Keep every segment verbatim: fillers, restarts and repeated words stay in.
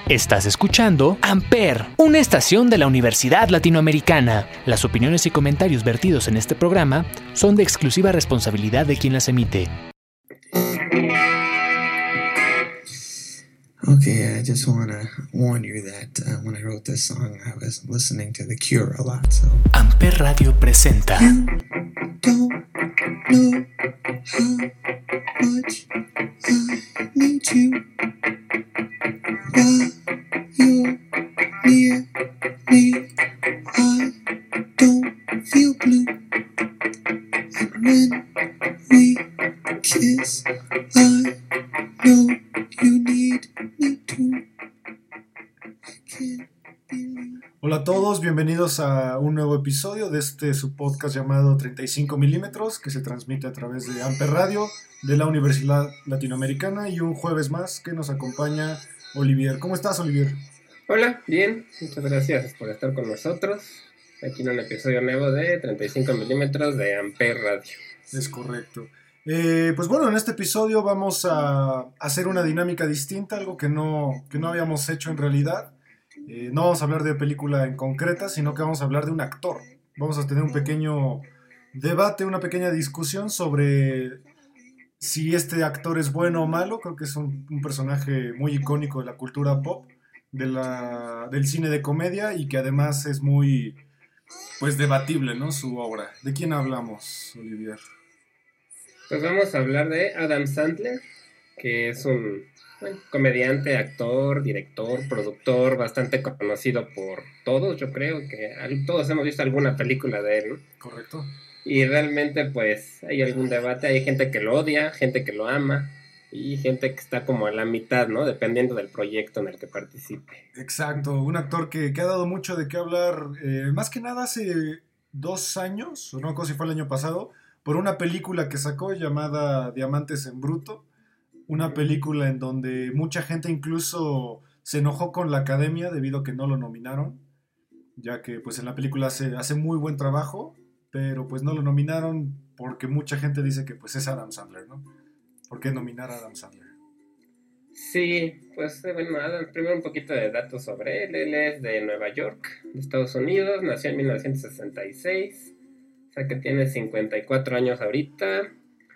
Estás escuchando Amper, una estación de la Universidad Latinoamericana. Las opiniones y comentarios vertidos en este programa son de exclusiva responsabilidad de quien las emite. Okay, I just want to warn you that uh, when I wrote this song, I was listening to The Cure a lot, so... Amper Radio presenta... You don't know how much I need you while you're near me. I don't feel blue, and when we kiss, I know you need me too. I can't believe. Hola a todos, bienvenidos a un nuevo episodio de este su podcast llamado treinta y cinco milímetros, que se transmite a través de Amper Radio de la Universidad Latinoamericana, y un jueves más que nos acompaña Olivier. ¿Cómo estás, Olivier? Hola, bien, muchas gracias por estar con nosotros aquí en un episodio nuevo de treinta y cinco milímetros de Amper Radio. Es correcto. Eh, pues bueno, en este episodio vamos a hacer una dinámica distinta, algo que no, que no habíamos hecho en realidad. Eh, no vamos a hablar de película en concreta, sino que vamos a hablar de un actor. Vamos a tener un pequeño debate, una pequeña discusión sobre si este actor es bueno o malo. Creo que es un, un personaje muy icónico de la cultura pop, de la, del cine de comedia, y que además es muy, pues, debatible, ¿no? Su obra. ¿De quién hablamos, Olivier? Pues vamos a hablar de Adam Sandler, que es un bueno, comediante, actor, director, productor, bastante conocido por todos. Yo creo que todos hemos visto alguna película de él, ¿no? Correcto. Y realmente pues hay algún debate, hay gente que lo odia, gente que lo ama y gente que está como a la mitad, ¿no? Dependiendo del proyecto en el que participe. Exacto, un actor que, que ha dado mucho de qué hablar, eh, más que nada hace dos años, o no recuerdo si fue el año pasado, por una película que sacó llamada Diamantes en Bruto, una película en donde mucha gente incluso se enojó con la academia debido a que no lo nominaron, ya que pues en la película hace, hace muy buen trabajo, pero pues no lo nominaron porque mucha gente dice que pues es Adam Sandler, ¿no? ¿Por qué nominar a Adam Sandler? Sí, pues bueno, Adam, primero un poquito de datos sobre él. Él es de Nueva York, de Estados Unidos, nació en mil novecientos sesenta y seis, o sea que tiene cincuenta y cuatro años ahorita,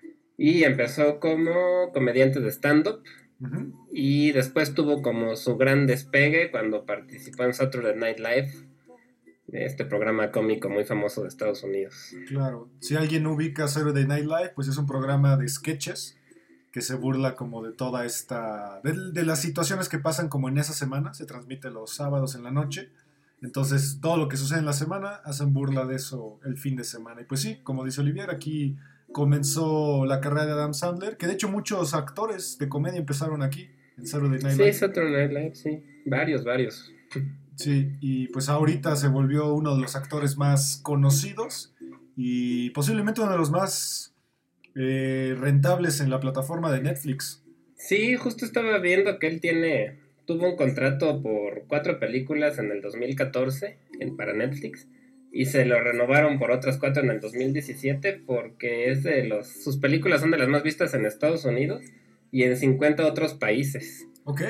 y empezó como comediante de stand-up, uh-huh. Y después tuvo como su gran despegue cuando participó en Saturday Night Live, este programa cómico muy famoso de Estados Unidos. Claro, si alguien ubica Saturday Night Live, pues es un programa de sketches que se burla como de toda esta, de, de las situaciones que pasan como en esa semana. Se transmite los sábados en la noche, entonces todo lo que sucede en la semana hacen burla de eso el fin de semana. Y pues sí, como dice Olivier, aquí comenzó la carrera de Adam Sandler, que de hecho muchos actores de comedia empezaron aquí en Saturday Night Live. Sí, Saturday Night Live, sí, varios, varios. Sí, y pues ahorita se volvió uno de los actores más conocidos y posiblemente uno de los más eh, rentables en la plataforma de Netflix. Sí, justo estaba viendo que él tiene tuvo un contrato por cuatro películas en el dos mil catorce en, para Netflix, y se lo renovaron por otras cuatro en el dos mil diecisiete porque es de los, sus películas son de las más vistas en Estados Unidos y en cincuenta otros países. Ok.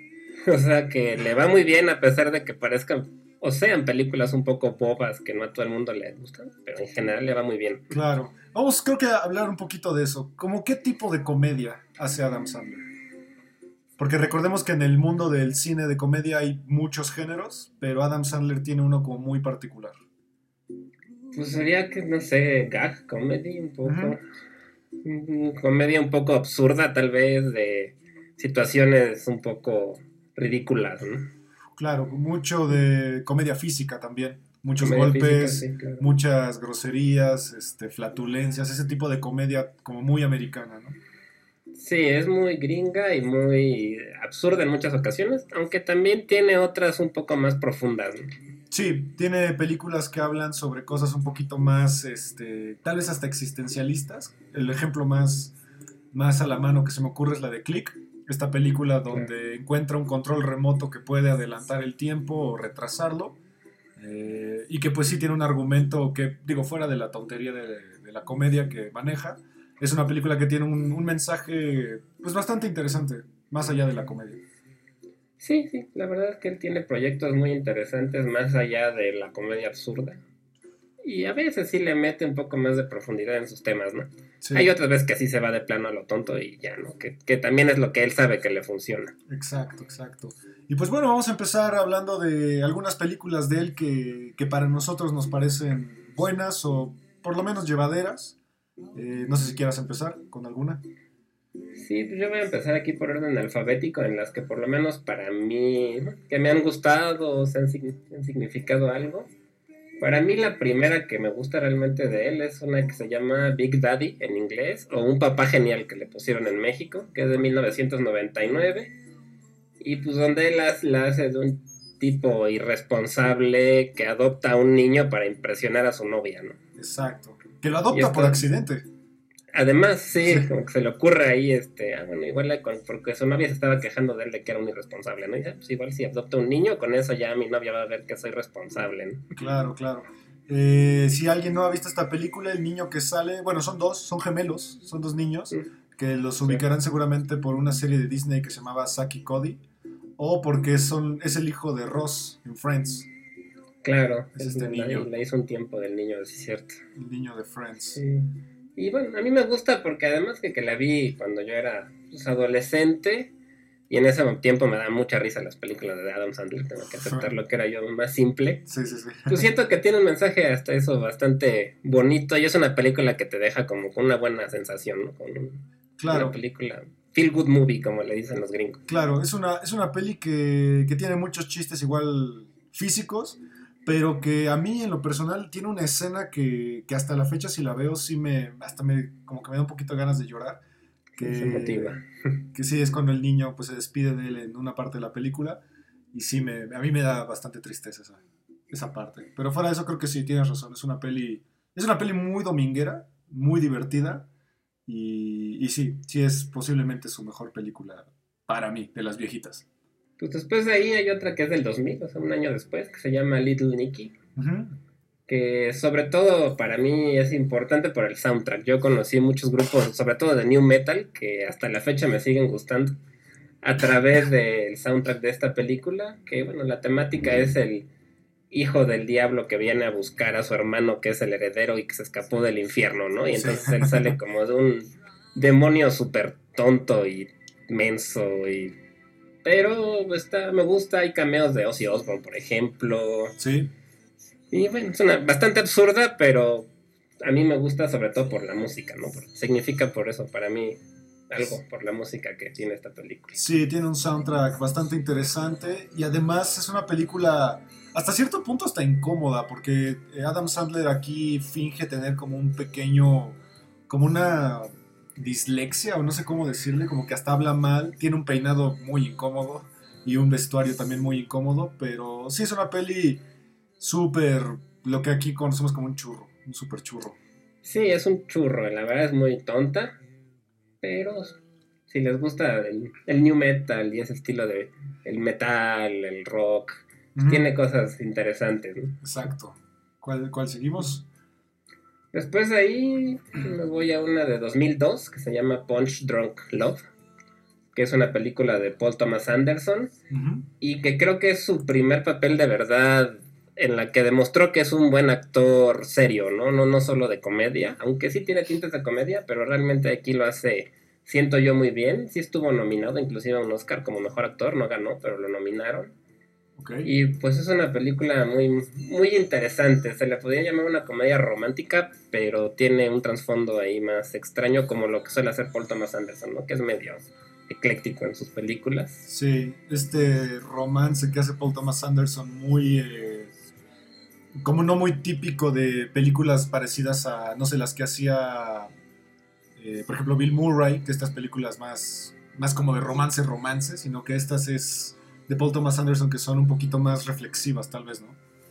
O sea que le va muy bien a pesar de que parezcan o sean películas un poco bobas que no a todo el mundo le gustan, pero en general le va muy bien. Claro. Vamos, creo que a hablar un poquito de eso. ¿Cómo qué tipo de comedia hace Adam Sandler? Porque recordemos que en el mundo del cine de comedia hay muchos géneros, pero Adam Sandler tiene uno como muy particular. Pues sería que, no sé, gag comedy un poco. Uh-huh. Comedia un poco absurda, tal vez, de situaciones un poco ridículas, ¿no? Claro, mucho de comedia física también. Muchos comedia golpes, física, sí, claro. Muchas groserías, este, flatulencias, ese tipo de comedia como muy americana, ¿no? Sí, es muy gringa y muy absurda en muchas ocasiones, aunque también tiene otras un poco más profundas, ¿no? Sí, tiene películas que hablan sobre cosas un poquito más, este, tal vez hasta existencialistas. El ejemplo más, más a la mano que se me ocurre es la de Click, esta película donde claro. encuentra un control remoto que puede adelantar el tiempo o retrasarlo, eh, y que pues sí tiene un argumento que, digo, fuera de la tontería de, de la comedia que maneja, es una película que tiene un, un mensaje pues bastante interesante, más allá de la comedia. Sí, sí, la verdad es que él tiene proyectos muy interesantes más allá de la comedia absurda. Y a veces sí le mete un poco más de profundidad en sus temas, ¿no? Sí. Hay otras veces que sí se va de plano a lo tonto y ya, ¿no? Que, que también es lo que él sabe que le funciona. Exacto, exacto. Y pues bueno, vamos a empezar hablando de algunas películas de él que, que para nosotros nos parecen buenas o por lo menos llevaderas. Eh, no sé si quieras empezar con alguna. Sí, pues yo voy a empezar aquí por orden alfabético, en las que por lo menos para mí, ¿no? Que me han gustado o se han, han significado algo. Para mí la primera que me gusta realmente de él es una que se llama Big Daddy en inglés, o Un Papá Genial que le pusieron en México, que es de mil novecientos noventa y nueve, y pues donde él la hace de un tipo irresponsable que adopta a un niño para impresionar a su novia, ¿no? Exacto. Que lo adopta por accidente. Además, sí, sí, como que se le ocurre ahí, este, ah, bueno, igual con, porque su novia se estaba quejando de él de que era un irresponsable, ¿no? Y dice, pues igual si adopta un niño, con eso ya mi novia va a ver que soy responsable, ¿no? Claro, claro. Eh, si alguien no ha visto esta película, el niño que sale, bueno, son dos, son gemelos, son dos niños, mm. que los ubicarán sí. seguramente por una serie de Disney que se llamaba Zack y Cody, o porque son, es el hijo de Ross en Friends. Claro, es este niño. Le hizo un tiempo del niño, es cierto. El niño de Friends. Sí. Y bueno, a mí me gusta porque además que, que la vi cuando yo era pues, adolescente, y en ese tiempo me da mucha risa las películas de Adam Sandler, tengo que aceptar lo que era yo más simple. Sí, sí, sí. Pues siento que tiene un mensaje hasta eso bastante bonito, y es una película que te deja como con una buena sensación, ¿no? Con un, claro. Una película, feel good movie, como le dicen los gringos. Claro, es una, es una peli que, que tiene muchos chistes igual físicos, pero que a mí en lo personal tiene una escena que, que hasta la fecha si la veo sí me, hasta me, como que me da un poquito de ganas de llorar. Que, se motiva. Que sí, es cuando el niño pues se despide de él en una parte de la película y sí, me, a mí me da bastante tristeza esa, esa parte. Pero fuera de eso creo que sí, tienes razón, es una peli, es una peli muy dominguera, muy divertida y, y sí, sí es posiblemente su mejor película para mí, de las viejitas. Pues después de ahí hay otra que es del dos mil, o sea, un año después, que se llama Little Nicky. Uh-huh. Que sobre todo para mí es importante por el soundtrack. Yo conocí muchos grupos, sobre todo de New Metal, que hasta la fecha me siguen gustando, a través del soundtrack de esta película, que bueno, la temática es el hijo del diablo que viene a buscar a su hermano que es el heredero y que se escapó del infierno, ¿no? Y entonces sí. él sale como de un demonio súper tonto y menso y... Pero está, me gusta, hay cameos de Ozzy Osbourne, por ejemplo. Sí. Y bueno, es una bastante absurda, pero a mí me gusta sobre todo por la música, ¿no? Por, significa por eso, para mí, algo, por la música que tiene esta película. Sí, tiene un soundtrack bastante interesante y además es una película hasta cierto punto hasta incómoda, porque Adam Sandler aquí finge tener como un pequeño, como una... dislexia o no sé cómo decirle, como que hasta habla mal, tiene un peinado muy incómodo y un vestuario también muy incómodo, pero sí es una peli súper, lo que aquí conocemos como un churro, un súper churro. Sí, es un churro, la verdad es muy tonta, pero si les gusta el, el new metal y ese estilo de el metal, el rock, uh-huh. tiene cosas interesantes, ¿no? Exacto. ¿Cuál, cuál seguimos? Después de ahí me voy a una de dos mil dos que se llama Punch Drunk Love, que es una película de Paul Thomas Anderson, uh-huh. y que creo que es su primer papel de verdad en la que demostró que es un buen actor serio, ¿no? No, no solo de comedia, aunque sí tiene tintes de comedia, pero realmente aquí lo hace, siento yo, muy bien. Sí estuvo nominado inclusive a un Oscar como mejor actor, no ganó, pero lo nominaron. Okay. Y pues es una película muy, muy interesante. Se le podría llamar una comedia romántica, pero tiene un trasfondo ahí más extraño, como lo que suele hacer Paul Thomas Anderson, ¿no? Que es medio ecléctico en sus películas. Sí, este romance que hace Paul Thomas Anderson muy... Eh, como no muy típico de películas parecidas a, no sé, las que hacía, eh, por ejemplo, Bill Murray, que estas películas más, más como de romance, romance, sino que estas es... de Paul Thomas Anderson, que son un poquito más reflexivas, tal vez, ¿no?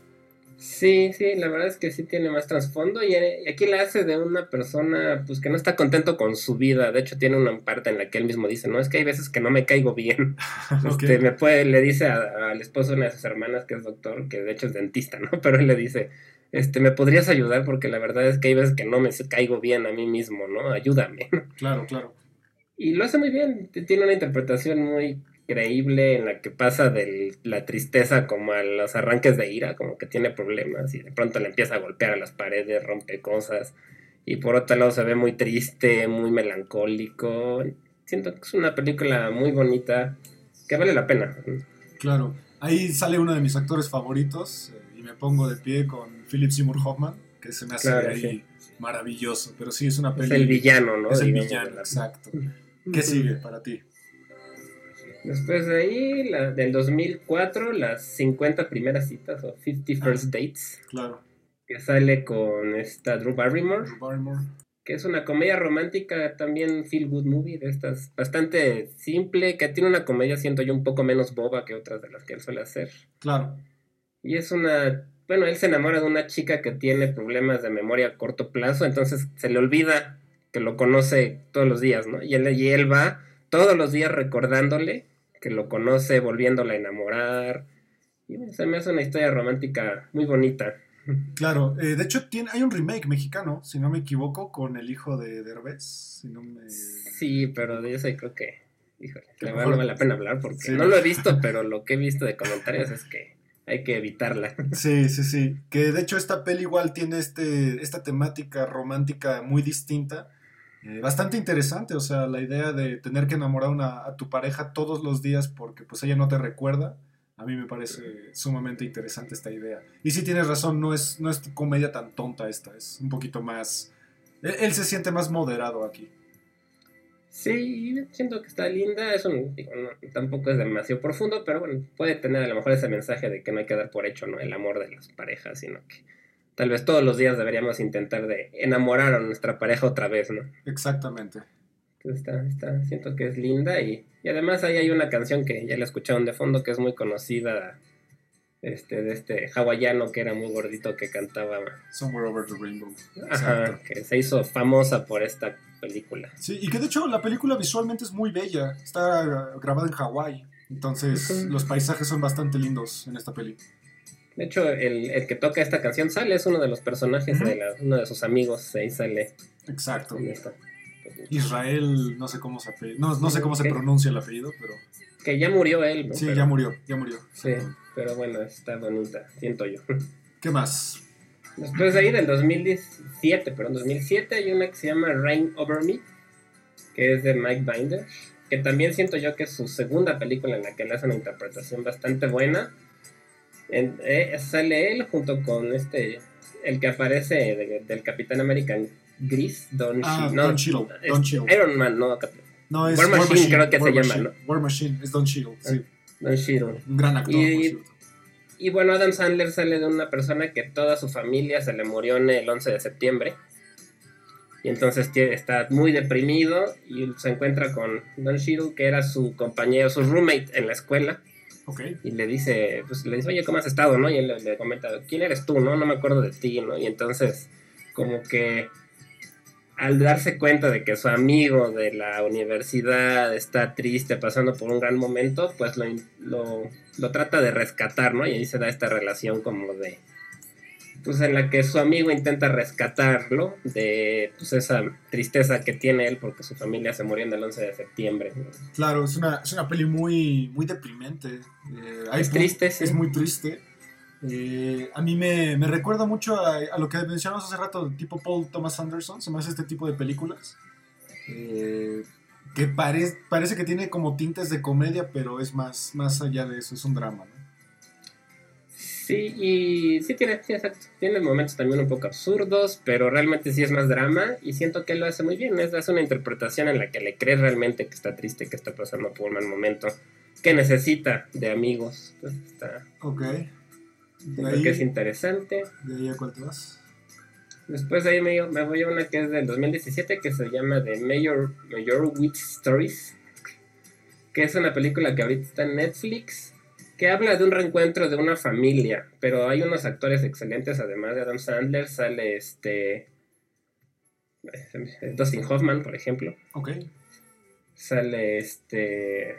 Sí, sí, la verdad es que sí tiene más trasfondo y aquí la hace de una persona pues que no está contento con su vida. De hecho tiene una parte en la que él mismo dice, no, es que hay veces que no me caigo bien. okay. este, me puede, le dice a, al esposo de una de sus hermanas que es doctor, que de hecho es dentista, ¿no? Pero él le dice, este, ¿me podrías ayudar? Porque la verdad es que hay veces que no me caigo bien a mí mismo, ¿no? Ayúdame. Claro, claro. Y lo hace muy bien, tiene una interpretación muy creíble en la que pasa de la tristeza como a los arranques de ira, como que tiene problemas y de pronto le empieza a golpear a las paredes, rompe cosas, y por otro lado se ve muy triste, muy melancólico. Siento que es una película muy bonita que vale la pena. Claro, ahí sale uno de mis actores favoritos eh, y me pongo de pie con Philip Seymour Hoffman, que se me hace Claro, ahí sí. maravilloso, pero sí es una peli. Es el villano, ¿no? Es el Digamos, villano, de la- exacto. ¿Qué sigue para ti? Después de ahí, la, del dos mil cuatro, las cincuenta primeras citas o cincuenta First Dates, Claro, que sale con esta Drew Barrymore, Drew Barrymore. que es una comedia romántica, también feel good movie, de estas, bastante simple, que tiene una comedia, siento yo, un poco menos boba que otras de las que él suele hacer. Claro, Y es una, bueno, él se enamora de una chica que tiene problemas de memoria a corto plazo, entonces se le olvida que lo conoce todos los días, ¿no? Y él, y él va todos los días recordándole que lo conoce, volviéndola a enamorar. Y bueno, se me hace una historia romántica muy bonita. claro. Eh, de hecho, tiene, hay un remake mexicano, si no me equivoco, con el hijo de Derbez. Si no me... Sí, pero de eso creo que, híjole, Que la mejor- verdad no vale la pena hablar porque Sí. no lo he visto, pero lo que he visto de comentarios es que hay que evitarla. Sí, sí, sí. Que de hecho esta peli igual tiene este, esta temática romántica muy distinta. Eh, bastante interesante, o sea, la idea de tener que enamorar una, a tu pareja todos los días porque pues ella no te recuerda. A mí me parece sumamente interesante esta idea. Y sí tienes razón, no es, no es comedia tan tonta esta, es un poquito más... Él, él se siente más moderado aquí. Sí, siento que está linda, es un, digo, no, tampoco es demasiado profundo, pero bueno, puede tener a lo mejor ese mensaje de que no hay que dar por hecho, ¿no? El amor de las parejas, sino que tal vez todos los días deberíamos intentar de enamorar a nuestra pareja otra vez, ¿no? Exactamente. Entonces está, está, siento que es linda y, y además ahí hay una canción que ya la escucharon de fondo que es muy conocida, este, de este hawaiano que era muy gordito que cantaba, Somewhere Over the Rainbow. ajá, Exacto. que se hizo famosa por esta película. Sí, y que de hecho la película visualmente es muy bella. Está uh, grabada en Hawái. Entonces Ujú. los paisajes son bastante lindos en esta peli. De hecho, el, el que toca esta canción sale, es uno de los personajes, Ujú. de la, uno de sus amigos, ahí sale Exacto. en esta. Israel, no sé cómo se ape- no, no sé cómo se Ok. pronuncia el apellido, pero Que ya murió él, ¿no? sí, Pero- ya murió, ya murió. Sí, pero bueno, está bonita, siento yo. ¿Qué más? Después de ahí, del dos mil diecisiete, perdón, dos mil siete, hay una que se llama Reign Over Me, que es de Mike Binder, que también siento yo que es su segunda película en la que le hace una interpretación bastante buena. En- eh, sale él junto con este, el que aparece de- del Capitán América Gris, Don, Ah, Shi- no, Don Cheadle, es- Don Cheadle. Iron Man, no, Cap- No, es War Machine, creo que War se llama, Machine, ¿no? War Machine, es Don Cheadle, sí. Don Cheadle. Un gran actor, Y- por cierto. Y bueno, Adam Sandler sale de una persona que toda su familia se le murió en el once de septiembre. Y entonces tiene- está muy deprimido y se encuentra con Don Cheadle, que era su compañero, su roommate en la escuela. Ok. Y le dice, pues le dice, oye, ¿cómo has estado? ¿No? Y él le, le comenta, ¿quién eres tú? No, no me acuerdo de ti, ¿no? Y entonces, como que al darse cuenta de que su amigo de la universidad está triste, pasando por un gran momento, pues lo, lo, lo trata de rescatar, ¿no? Y ahí se da esta relación como de, pues en la que su amigo intenta rescatarlo de pues esa tristeza que tiene él porque su familia se murió en el once de septiembre, ¿no? Claro, es una, es una peli muy, muy deprimente. Eh, hay Es pu- triste, sí. Es muy triste. Eh, a mí me, me recuerda mucho a, a lo que mencionamos hace rato, tipo Paul Thomas Anderson. Se me hace este tipo de películas. Eh, que pare- parece que tiene como tintes de comedia, pero es más, más allá de eso, es un drama, ¿no? Sí, y sí tiene, sí, exacto. Tiene momentos también un poco absurdos, pero realmente sí es más drama y siento que lo hace muy bien. Es, hace una interpretación en la que le crees realmente que está triste, que está pasando por un mal momento, que necesita de amigos. Entonces está, Ok. De siento ahí, que es interesante. de ahí a cuál te vas. Después de ahí me, me voy a una que es del dos mil diecisiete que se llama The Mayor, Mayor Witch Stories, que es una película que ahorita está en Netflix, que habla de un reencuentro de una familia, pero hay unos actores excelentes, además de Adam Sandler, sale este Dustin Hoffman, por ejemplo, Ok. sale este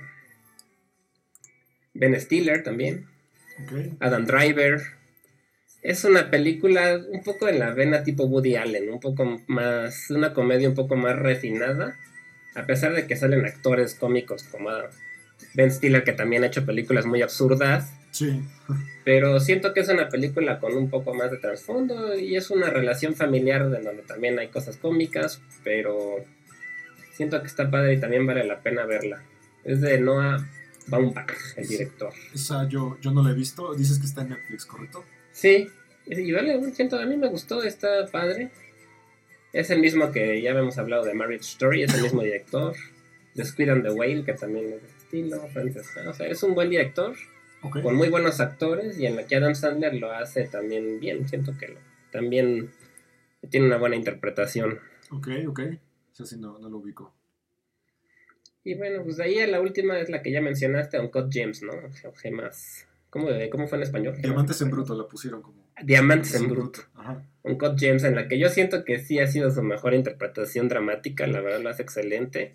Ben Stiller también, Ok. Adam Driver. Es una película un poco en la vena tipo Woody Allen, un poco más, una comedia un poco más refinada, a pesar de que salen actores cómicos como Ben Stiller, que también ha hecho películas muy absurdas. Sí. Pero siento que es una película con un poco más de trasfondo y es una relación familiar de donde también hay cosas cómicas, pero siento que está padre y también vale la pena verla. Es de Noah Baumbach, el director. Esa yo, yo no la he visto. Dices que está en Netflix, ¿correcto? Sí, y vale, siento, a mí me gustó, está padre. Es el mismo que ya habíamos hablado de Marriage Story, es el mismo director. The Squid and the Whale, que también es de ese estilo. Frances, o sea, es un buen director. Okay. Con muy buenos actores y en la que Adam Sandler lo hace también bien, siento que lo, también tiene una buena interpretación. Ok, ok, eso sí no, no lo ubico. Y bueno, pues de ahí a la última es la que ya mencionaste, Uncut Gems, ¿no? O gemas, ¿cómo, ¿cómo fue en español? Diamantes en bruto la pusieron como. Diamantes en bruto. Ajá. Uncut Gems, en la que yo siento que sí ha sido su mejor interpretación dramática, la verdad lo hace excelente.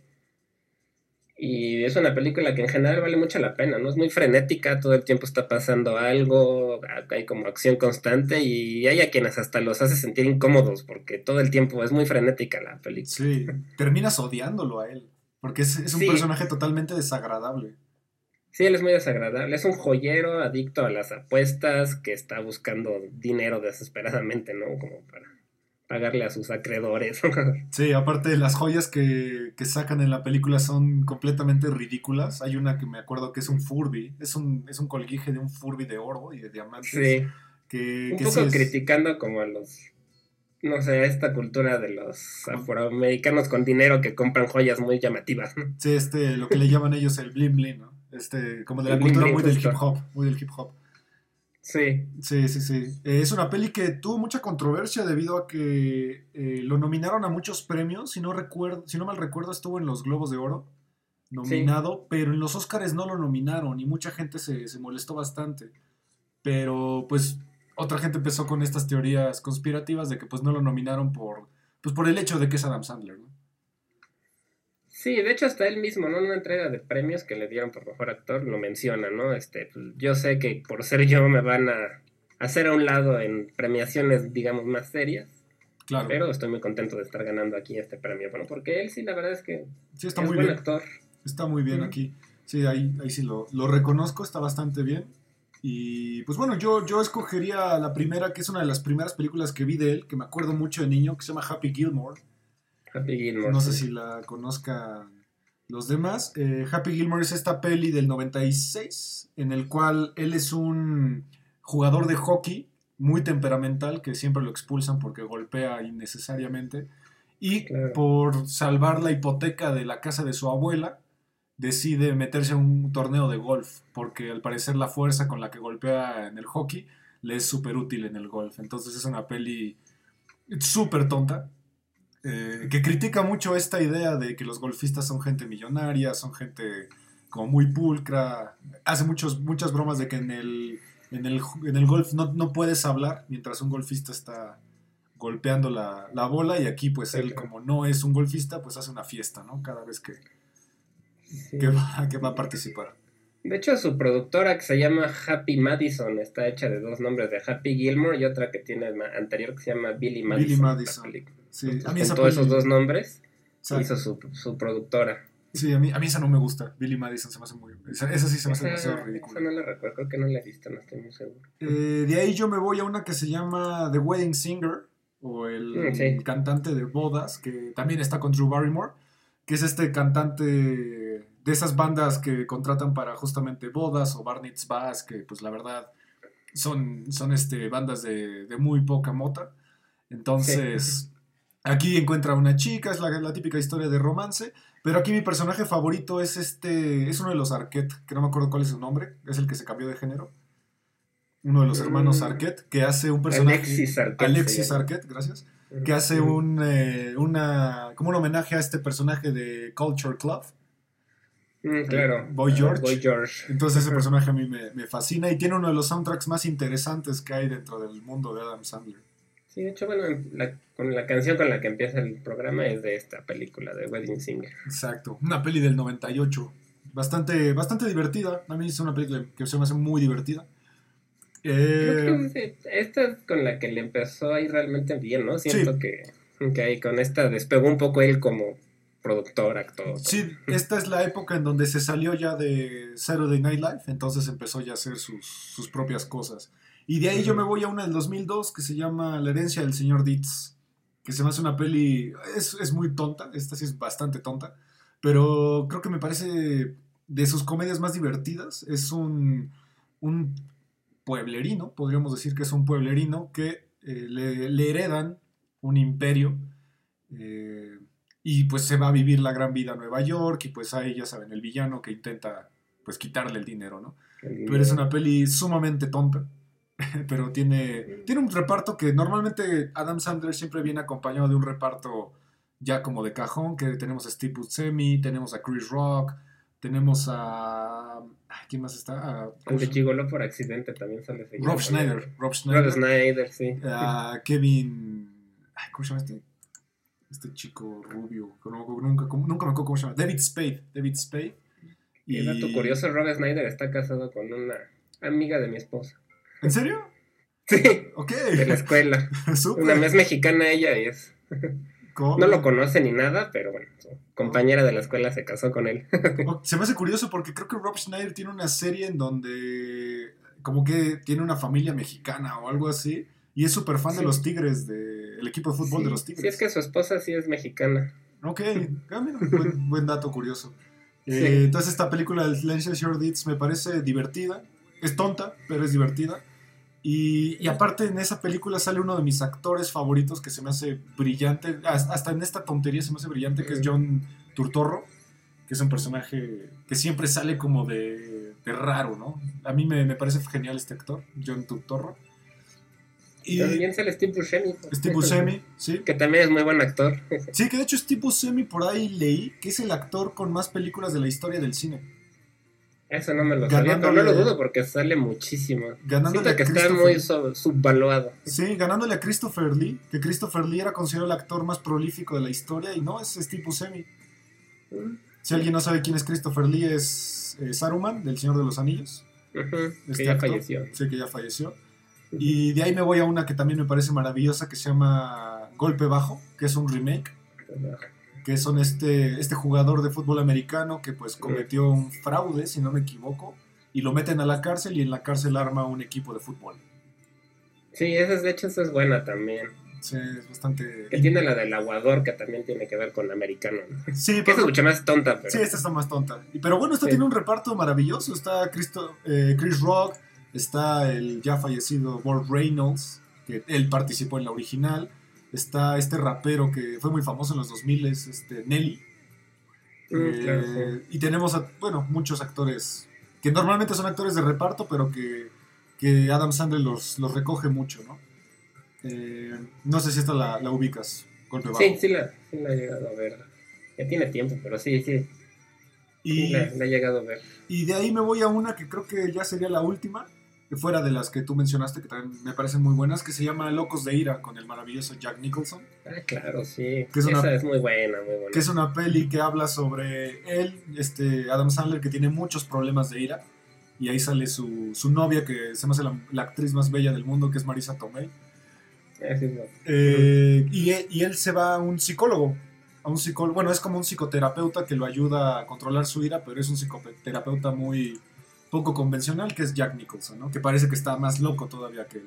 Y es una película que en general vale mucho la pena, ¿no? Es muy frenética, todo el tiempo está pasando algo, hay como acción constante y hay a quienes hasta los hace sentir incómodos porque todo el tiempo es muy frenética la película. Sí, terminas odiándolo a él, porque es, es un sí. personaje totalmente desagradable. Sí, él es muy desagradable, es un joyero adicto a las apuestas que está buscando dinero desesperadamente, ¿no? Como para pagarle a sus acreedores. Sí, aparte las joyas que, que sacan en la película son completamente ridículas. Hay una que me acuerdo que es un Furby, es un, es un colguije de un Furby de oro y de diamantes. Sí, que, un que poco sí es... criticando como a los, no sé, esta cultura de los afroamericanos con dinero que compran joyas muy llamativas, ¿no? Sí, este, lo que le llaman ellos el bling bling, ¿no? Este, como de la el cultura bling, muy bling, del hip hop, muy del hip hop. Sí. Sí, sí, sí. Eh, es una peli que tuvo mucha controversia debido a que eh, lo nominaron a muchos premios. Si no recuerdo, si no mal recuerdo, estuvo en los Globos de Oro nominado, sí. Pero en los Oscars no lo nominaron y mucha gente se, se molestó bastante. Pero pues otra gente empezó con estas teorías conspirativas de que pues no lo nominaron por, pues, por el hecho de que es Adam Sandler, ¿no? Sí, de hecho hasta él mismo, ¿no? En una entrega de premios que le dieron por mejor actor lo menciona, ¿no? Este, pues, yo sé que por ser yo me van a hacer a un lado en premiaciones, digamos, más serias. Claro. Pero estoy muy contento de estar ganando aquí este premio, bueno, porque él sí, la verdad es que sí, está es muy buen bien. actor. Está muy bien uh-huh. aquí. Sí, ahí, ahí sí lo, lo reconozco, está bastante bien. Y pues bueno, yo, yo escogería la primera, que es una de las primeras películas que vi de él, que me acuerdo mucho de niño, que se llama Happy Gilmore. Happy Gilmore. No sí. sé si la conozcan los demás. Eh, Happy Gilmore es esta peli del noventa y seis, en el cual él es un jugador de hockey muy temperamental, que siempre lo expulsan porque golpea innecesariamente, y claro. por salvar la hipoteca de la casa de su abuela, decide meterse a un torneo de golf, porque al parecer la fuerza con la que golpea en el hockey le es súper útil en el golf. Entonces es una peli súper tonta, eh, que critica mucho esta idea de que los golfistas son gente millonaria, son gente como muy pulcra. Hace muchos, muchas bromas de que en el, en el, en el golf no, no puedes hablar mientras un golfista está golpeando la, la bola, y aquí pues él, como no es un golfista, pues hace una fiesta, ¿no? Cada vez que, sí. que, va, que va a participar. De hecho, su productora, que se llama Happy Madison, está hecha de dos nombres, de Happy Gilmore y otra que tiene anterior que se llama Billy Madison. Billy Madison. Sí, Entonces, a mí con esa todos peli... esos dos nombres, o hizo su, su productora. Sí, a mí, a mí esa no me gusta. Billy Madison se me hace muy... Esa, esa sí se me hace esa, demasiado ridícula. Esa no la recuerdo, creo que no la he visto, no estoy muy seguro. Eh, de ahí yo me voy a una que se llama The Wedding Singer, o el mm, sí. cantante de bodas, que también está con Drew Barrymore, que es este cantante de esas bandas que contratan para justamente bodas o bar mitzvahs, que pues la verdad son, son este, bandas de, de muy poca mota. Entonces, sí. Aquí encuentra a una chica, es la, la típica historia de romance, pero aquí mi personaje favorito es este, es uno de los Arquette, que no me acuerdo cuál es su nombre, es el que se cambió de género. Uno de los hermanos Arquette, que hace un personaje... Alexis Arquette. Alexis Arquette, gracias. Que hace un, eh, una, como un homenaje a este personaje de Culture Club. Mm, claro. Boy George. Uh, Boy George. Entonces ese personaje a mí me, me fascina y tiene uno de los soundtracks más interesantes que hay dentro del mundo de Adam Sandler. Sí, de hecho, bueno, la, con la canción con la que empieza el programa es de esta película, de Wedding Singer. Exacto. Una peli del noventa y ocho. Bastante, bastante divertida. A mí es una película que se me hace muy divertida. Eh, Creo que esta es con la que le empezó a ir realmente bien, ¿no? Siento sí. que, que ahí con esta despegó un poco él como productor, actor. Sí, esta es la época en donde se salió ya de Saturday Night Live, entonces empezó ya a hacer sus, sus propias cosas. Y de ahí uh-huh. yo me voy a una del dos mil dos que se llama La herencia del señor Deeds, que se me hace una peli, es, es muy tonta, esta sí es bastante tonta, pero creo que me parece de sus comedias más divertidas. Es un, un pueblerino, podríamos decir que es un pueblerino que eh, le, le heredan un imperio, eh, y pues se va a vivir la gran vida a Nueva York, y pues ahí ya saben, el villano que intenta pues quitarle el dinero, ¿no? El pero es una peli sumamente tonta, pero tiene, tiene un reparto que normalmente Adam Sandler siempre viene acompañado de un reparto ya como de cajón, que tenemos a Steve Buscemi, tenemos a Chris Rock, tenemos a... ¿quién más está? A, el de Gigolo por accidente también sale. Rob Schneider, Rob Schneider. Rob Schneider, sí. A Kevin... ¿Cómo se llama este? Este chico rubio, no, nunca, nunca me acuerdo cómo se llama. David Spade. David Spade. Y el dato curioso, Rob Schneider está casado con una amiga de mi esposa. ¿En serio? Sí. Ok. De la escuela. Una es mexicana ella y es... ¿Cómo? No lo conoce ni nada, pero bueno, su compañera de la escuela se casó con él. Se me hace curioso porque creo que Rob Schneider tiene una serie en donde como que tiene una familia mexicana o algo así, y es súper fan sí. de los Tigres, del equipo de fútbol sí. de los Tigres. Sí, es que su esposa sí es mexicana. Ok, ah, mira, buen, buen dato curioso. Sí. Eh, entonces esta película, The Legend of Short Deeds, me parece divertida, es tonta, pero es divertida. Y, y aparte en esa película sale uno de mis actores favoritos que se me hace brillante, hasta en esta tontería se me hace brillante, que es John Turturro, que es un personaje que siempre sale como de, de raro, ¿no? A mí me, me parece genial este actor, John Turturro. Y también sale Steve Buscemi. Steve Buscemi, sí. Que también es muy buen actor. Sí, que de hecho Steve Buscemi por ahí leí que es el actor con más películas de la historia del cine. Eso no me lo sabía, pero no lo dudo porque sale muchísimo. Siento que está muy sub- subvaluado. Sí, ganándole a Christopher Lee, que Christopher Lee era considerado el actor más prolífico de la historia, y no, es Steve Buscemi. ¿Mm? Si alguien no sabe quién es Christopher Lee, es eh, Saruman, del Señor de los Anillos. Uh-huh, este que ya actor. falleció. Sí, que ya falleció. Uh-huh. Y de ahí me voy a una que también me parece maravillosa, que se llama Golpe Bajo, que es un remake. Uh-huh. Que son este, este jugador de fútbol americano que pues cometió un fraude, si no me equivoco, y lo meten a la cárcel, y en la cárcel arma un equipo de fútbol. Sí, esa es, de hecho esa es buena también. Sí, es bastante... Que tiene la del aguador, que también tiene que ver con americano, ¿no? Sí, que pero... es mucho más tonta, pero... Sí, esta está más tonta. Pero bueno, esta sí. tiene un reparto maravilloso. Está Christo, eh, Chris Rock, está el ya fallecido Burt Reynolds, que él participó en la original. Está este rapero que fue muy famoso en los dos mil, este Nelly. Mm, eh, claro, sí. Y tenemos, a, bueno, muchos actores que normalmente son actores de reparto, pero que, que Adam Sandler los, los recoge mucho, ¿no? Eh, no sé si esta la, la ubicas. Golpe Bajo. Sí, sí la, sí la he llegado a ver. Ya tiene tiempo, pero sí, sí. Y, sí la, la he llegado a ver. Y de ahí me voy a una que creo que ya sería la última, fuera de las que tú mencionaste, que también me parecen muy buenas, que se llama Locos de Ira, con el maravilloso Jack Nicholson. Ah, claro, sí. Que es una, Esa es muy buena, muy buena. Que es una peli que habla sobre él, este Adam Sandler, que tiene muchos problemas de ira, y ahí sale su, su novia, que se me hace la, la actriz más bella del mundo, que es Marisa Tomei. Ah, sí, no. eh, y, y él se va a un psicólogo, a un psicólogo, bueno, es como un psicoterapeuta que lo ayuda a controlar su ira, pero es un psicoterapeuta muy... poco convencional, que es Jack Nicholson, ¿no? Que parece que está más loco todavía que él.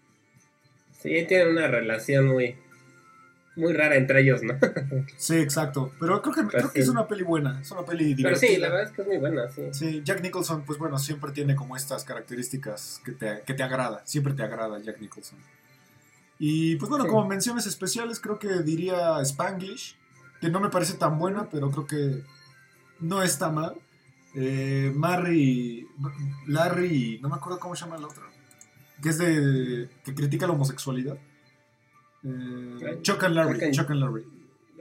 Sí, tienen una relación muy muy rara entre ellos, ¿no? Sí, exacto. Pero creo que, Pero creo sí. que es una peli buena, es una peli divertida. Pero sí, la verdad es que es muy buena, sí. Sí, Jack Nicholson, pues bueno, siempre tiene como estas características que te, que te agrada, siempre te agrada Jack Nicholson. Y pues bueno, sí. Como menciones especiales, creo que diría Spanglish, que no me parece tan buena, pero creo que no está mal. Eh, Marry, Larry, no me acuerdo cómo se llama el otro, que es de que critica la homosexualidad. Eh, Chuck and Larry, Chuck and Larry.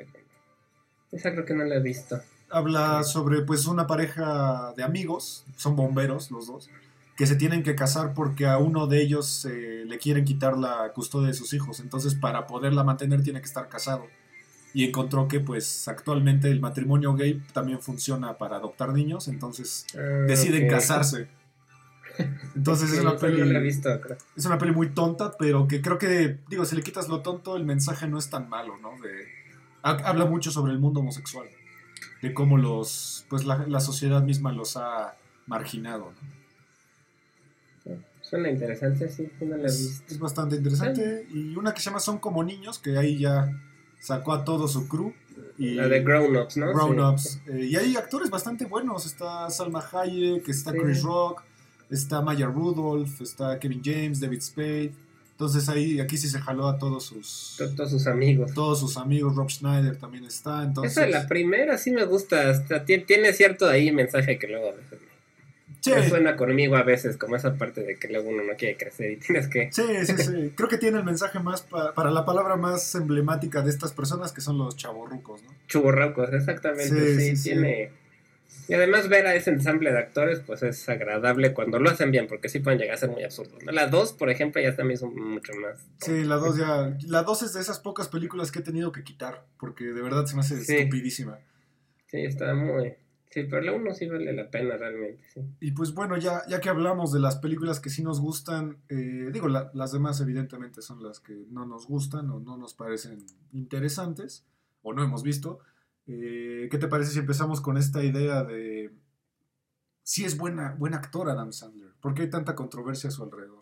Esa creo que no la he visto. Habla sobre pues una pareja de amigos, son bomberos los dos, que se tienen que casar porque a uno de ellos eh, le quieren quitar la custodia de sus hijos, entonces para poderla mantener tiene que estar casado. Y encontró que pues actualmente el matrimonio gay también funciona para adoptar niños, entonces uh, deciden okay. casarse. Entonces okay, es una peli, no la he visto, creo. Es una peli muy tonta, pero que creo que, digo, si le quitas lo tonto, el mensaje no es tan malo, ¿no? De, ha, habla mucho sobre el mundo homosexual. de cómo los, pues la, la sociedad misma los ha marginado, ¿no? Suena interesante, sí, sí, no la he Es, visto. es bastante interesante. Y una que se llama Son como niños, que ahí ya sacó a todo su crew. Y La de Grown Ups, ¿no? Grown Sí. Ups. Eh, y hay actores bastante buenos. Está Salma Hayek, está Sí. Chris Rock, está Maya Rudolph, está Kevin James, David Spade. Entonces ahí, aquí sí se jaló a todos sus, To- Todos sus amigos. todos sus amigos. Rob Schneider también está. Entonces, Esa de la primera sí me gusta, hasta ti- tiene cierto ahí mensaje que luego a veces sí, me suena conmigo a veces, como esa parte de que luego uno no quiere crecer y tienes que... sí, sí, sí. Creo que tiene el mensaje más pa- para la palabra más emblemática de estas personas, que son los chavorrucos, ¿no? Chuburracos, exactamente, Sí, sí, sí, sí. tiene... Y además ver a ese ensamble de actores, pues es agradable cuando lo hacen bien, porque sí pueden llegar a ser muy absurdos, ¿no? La dos, por ejemplo, ya también son mucho más... Sí, la dos ya. La dos es de esas pocas películas que he tenido que quitar, porque de verdad se me hace Sí. estupidísima. Sí, está muy... Sí, pero la uno sí vale la pena realmente, sí. Y pues bueno, ya, ya que hablamos de las películas que sí nos gustan, eh, digo, la- las demás evidentemente son las que no nos gustan o no nos parecen interesantes, o no hemos visto. Eh, ¿qué te parece si empezamos con esta idea de si es buena, buen actor Adam Sandler? ¿Por qué hay tanta controversia a su alrededor?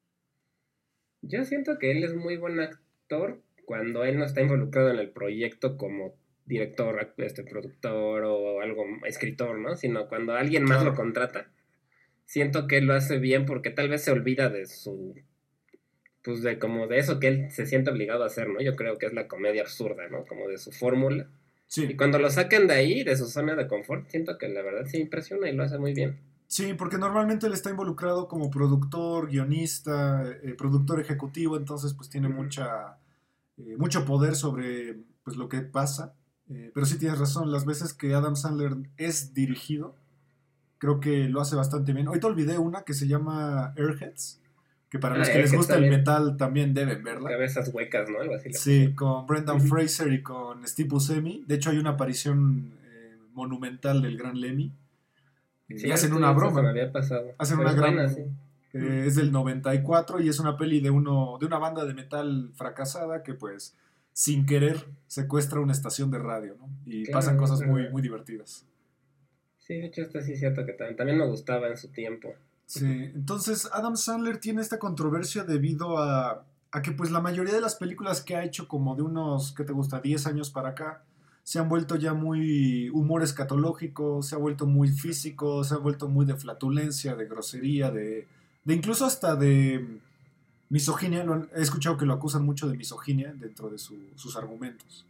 Yo siento que él es muy buen actor cuando él no está involucrado en el proyecto como director, este, productor o algo, escritor, ¿no? Sino cuando alguien más Claro. lo contrata, siento que él lo hace bien porque tal vez se olvida de su, pues de como de eso que él se siente obligado a hacer, ¿no? Yo creo que es la comedia absurda, ¿no? Como de su fórmula. Y Sí, cuando lo sacan de ahí, de su zona de confort, siento que la verdad sí impresiona y lo hace muy bien. sí, porque normalmente él está involucrado como productor, guionista, eh, productor ejecutivo, entonces pues tiene Ujú. mucha, eh, mucho poder sobre pues, lo que pasa. Eh, pero sí tienes razón, las veces que Adam Sandler es dirigido, creo que lo hace bastante bien. Hoy te olvidé una que se llama Airheads, que para Ah, los que les Airheads gusta el también. metal también deben verla. Cabezas huecas, ¿no? Algo así. le Sí, pusieron. con Brendan Ujú. Fraser y con Steve Buscemi. De hecho hay una aparición eh, monumental del gran Lemmy. Y Sí, hacen esto- una eso se me broma. había pasado. Hacen Pero una es gran... buena, sí. eh, es del noventa y cuatro y es una peli de, uno, de una banda de metal fracasada que pues sin querer secuestra una estación de radio, ¿no? Y Claro, pasan cosas es muy, verdad. muy divertidas. Sí, de hecho, este sí es cierto que también, también me gustaba en su tiempo. Sí, entonces Adam Sandler tiene esta controversia debido a, a que pues la mayoría de las películas que ha hecho como de unos, ¿qué te gusta? diez años para acá, se han vuelto ya muy humor escatológico, se ha vuelto muy físico, se ha vuelto muy de flatulencia, de grosería, de, de incluso hasta de misoginia. Lo han- he escuchado que lo acusan mucho de misoginia dentro de su- sus argumentos.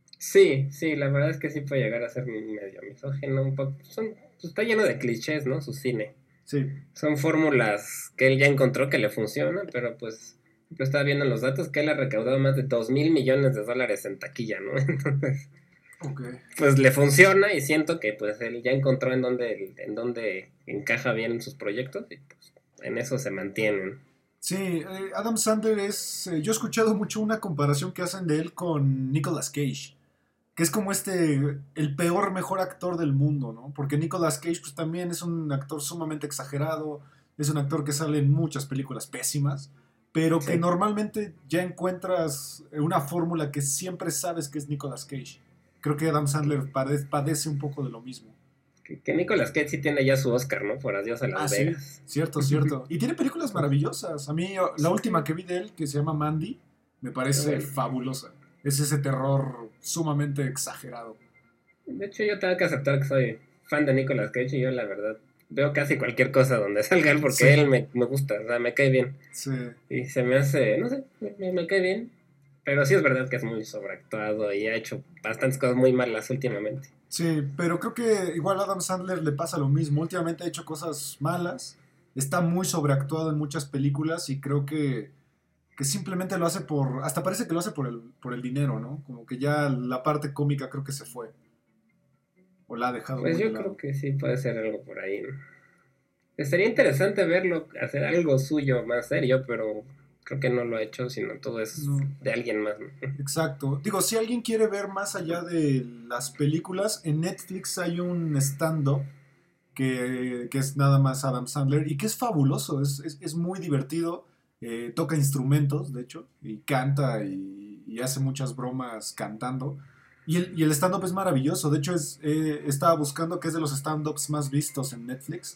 Sí, sí, la verdad es que sí puede llegar a ser medio misógino, un poco. Son, pues, está lleno de clichés, ¿no? Su cine. Sí, Son fórmulas que él ya encontró que le funcionan, pero pues yo estaba viendo los datos que él ha recaudado más de dos mil millones de dólares en taquilla, ¿no? Entonces, ok. pues le funciona y siento que pues él ya encontró en dónde, en dónde encaja bien sus proyectos y pues en eso se mantienen. Sí, eh, Adam Sandler es... eh, yo he escuchado mucho una comparación que hacen de él con Nicolas Cage, que es como este, el peor mejor actor del mundo, ¿no? Porque Nicolas Cage pues también es un actor sumamente exagerado, es un actor que sale en muchas películas pésimas, pero que Sí. normalmente ya encuentras una fórmula que siempre sabes que es Nicolas Cage. Creo que Adam Sandler padece, padece un poco de lo mismo. Que, que Nicolas Cage sí tiene ya su Oscar, ¿no? Por Adiós a Las Ah, sí, Vegas. cierto, cierto. Y tiene películas maravillosas. A mí, la última que vi de él, que se llama Mandy, me parece Bueno. fabulosa. Es ese terror sumamente exagerado. De hecho, yo tengo que aceptar que soy fan de Nicolas Cage y yo, la verdad, veo casi cualquier cosa donde salga él porque Sí. él me, me gusta, o sea, me cae bien. Sí. Y se me hace, no sé, me, me cae bien. Pero sí es verdad que es muy sobreactuado y ha hecho bastantes cosas muy malas últimamente. Sí, pero creo que igual a Adam Sandler le pasa lo mismo. Últimamente ha hecho cosas malas, está muy sobreactuado en muchas películas y creo que, que simplemente lo hace por... Hasta parece que lo hace por el, por el dinero, ¿no? Como que ya la parte cómica creo que se fue. O la ha dejado Pues muy yo de lado. creo que sí puede ser algo por ahí, ¿no? Estaría interesante verlo hacer algo suyo más serio, pero creo que no lo ha hecho, sino todo es No. de alguien más, ¿no? Exacto. Digo, si alguien quiere ver más allá de las películas, en Netflix hay un stand-up que, que es nada más Adam Sandler y que es fabuloso, es, es, es muy divertido, eh, toca instrumentos, de hecho, y canta y, y hace muchas bromas cantando. Y el, y el stand-up es maravilloso. De hecho, es, eh, estaba buscando que es de los stand-ups más vistos en Netflix.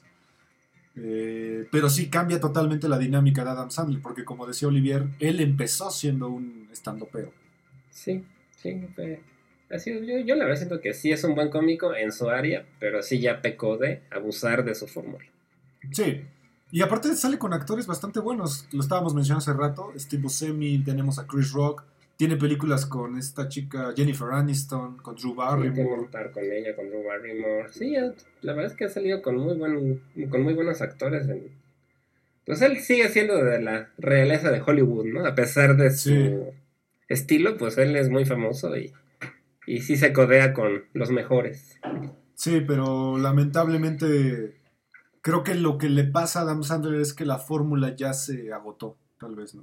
Eh, pero sí cambia totalmente la dinámica de Adam Sandler, porque como decía Olivier, él empezó siendo un stand-upero. Sí, sí, fue... Así, yo, yo la verdad siento que sí es un buen cómico en su área, pero sí ya pecó de abusar de su fórmula. Sí, y aparte sale con actores bastante buenos. Lo estábamos mencionando hace rato. Steve Buscemi, tenemos a Chris Rock. Tiene películas con esta chica Jennifer Aniston, con Drew Barrymore. Sí, tiene un par con ella, con Drew Barrymore. Sí, la verdad es que ha salido con muy buen, con muy buenos actores. En... Pues él sigue siendo de la realeza de Hollywood, ¿no? A pesar de su sí. estilo, pues él es muy famoso y, y sí se codea con los mejores. Sí, pero lamentablemente creo que lo que le pasa a Adam Sandler es que la fórmula ya se agotó, tal vez, ¿no?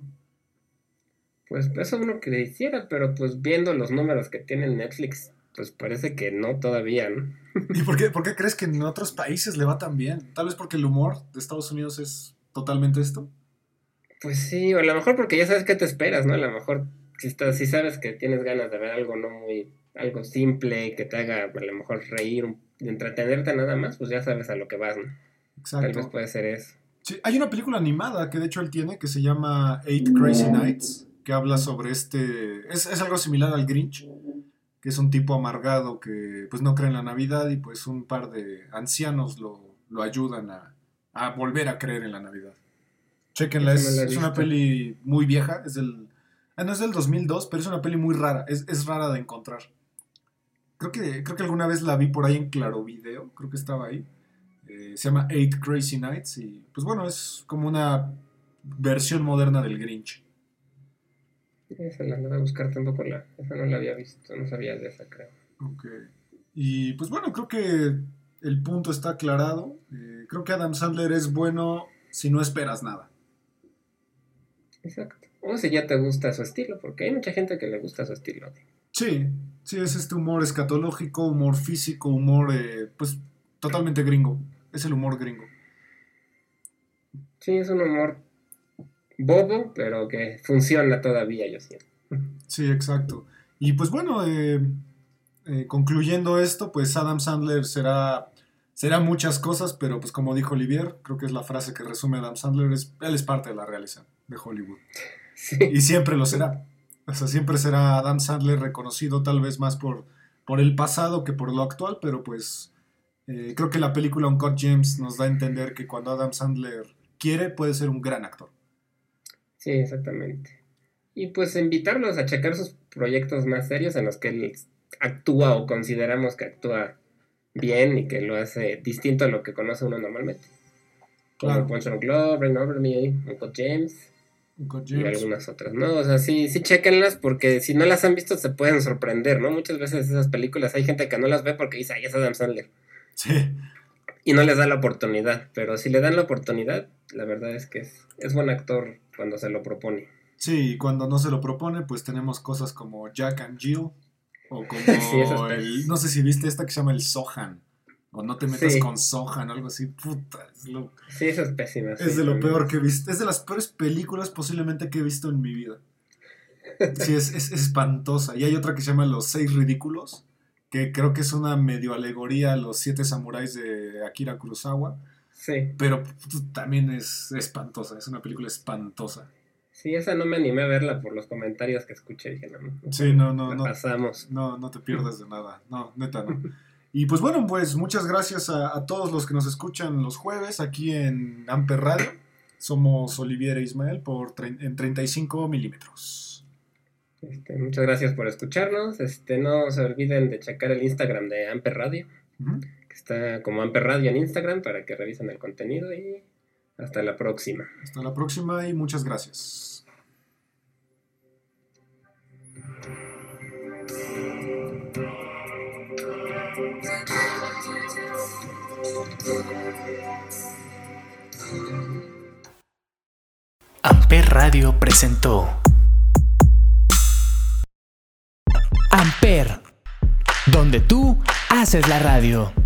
Pues eso es lo que le hiciera, pero pues viendo los números que tiene Netflix, pues parece que no todavía, ¿no? ¿Y por qué, por qué crees que en otros países le va tan bien? Tal vez porque el humor de Estados Unidos es totalmente esto. Pues sí, o a lo mejor porque ya sabes qué te esperas, ¿no? A lo mejor si, estás, si sabes que tienes ganas de ver algo no muy, algo simple, que te haga a lo mejor reír, entretenerte nada más, pues ya sabes a lo que vas, ¿no? Exacto. Tal vez puede ser eso. Sí, hay una película animada que de hecho él tiene que se llama Eight Crazy Nights, que habla sobre este... Es, es algo similar al Grinch, que es un tipo amargado que pues no cree en la Navidad y pues un par de ancianos lo, lo ayudan a, a volver a creer en la Navidad. Chéquenla, es, es una peli muy vieja, es del... Ah, no es del dos mil dos, pero es una peli muy rara, es, es rara de encontrar. Creo que, creo que alguna vez la vi por ahí en Claro Video, creo que estaba ahí. Eh, se llama Eight Crazy Nights y pues bueno, es como una versión moderna del Grinch. Esa la voy a buscar tampoco, la, esa no la había visto, no sabía de esa, creo. Ok. Y pues bueno, creo que el punto está aclarado. Eh, creo que Adam Sandler es bueno si no esperas nada. Exacto. O si ya te gusta su estilo, porque hay mucha gente que le gusta su estilo. Sí, sí, es este humor escatológico, humor físico, humor eh, pues totalmente gringo. Es el humor gringo. Sí, es un humor bobo, pero que funciona todavía, yo siento. Sí, exacto. Y pues bueno, eh, eh, concluyendo esto, pues Adam Sandler será, será muchas cosas, pero pues como dijo Olivier, creo que es la frase que resume a Adam Sandler, es, él es parte de la realeza de Hollywood. Sí. Y siempre lo será. O sea, siempre será Adam Sandler reconocido tal vez más por, por el pasado que por lo actual, pero pues eh, creo que la película Uncut Gems nos da a entender que cuando Adam Sandler quiere, puede ser un gran actor. Sí, exactamente. Y pues invitarlos a checar sus proyectos más serios en los que él actúa o consideramos que actúa bien y que lo hace distinto a lo que conoce uno normalmente. Claro. Como Punch and Globe, Reign Over Me, Uncut Gems, Uncut y Gems. algunas otras, ¿no? O sea, sí, sí chequenlas porque si no las han visto se pueden sorprender, ¿no? Muchas veces esas películas hay gente que no las ve porque dice, ay, es Adam Sandler. Sí. Y no les da la oportunidad, pero si le dan la oportunidad, la verdad es que es, es buen actor cuando se lo propone. Sí, y cuando no se lo propone, pues tenemos cosas como Jack and Jill, o como sí, el, no sé si viste esta que se llama el Sohan, o No te metas sí. con Sohan, algo así, puta. Es, lo, sí, eso es pésima. es sí, de lo también. peor que he visto, es de las peores películas posiblemente que he visto en mi vida. Sí, es, es, es espantosa. Y hay otra que se llama Los Seis Ridículos, que creo que es una medio alegoría a los siete samuráis de Akira Kurosawa. Sí. Pero también es espantosa, es una película espantosa. Sí, esa no me animé a verla por los comentarios que escuché. Dije, no, no, sí, no, no, la no. pasamos. No, no te pierdas de nada. No, neta, no. Y pues bueno, pues muchas gracias a, a todos los que nos escuchan los jueves aquí en Amper Radio. Somos Olivier e Ismael por tre- en treinta y cinco milímetros. Este, muchas gracias por escucharnos. Este, no se olviden de checar el Instagram de Amper Radio, Uh-huh. que está como Amper Radio en Instagram para que revisen el contenido y hasta la próxima. Hasta la próxima y muchas gracias. Amper Radio presentó Amper, donde tú haces la radio.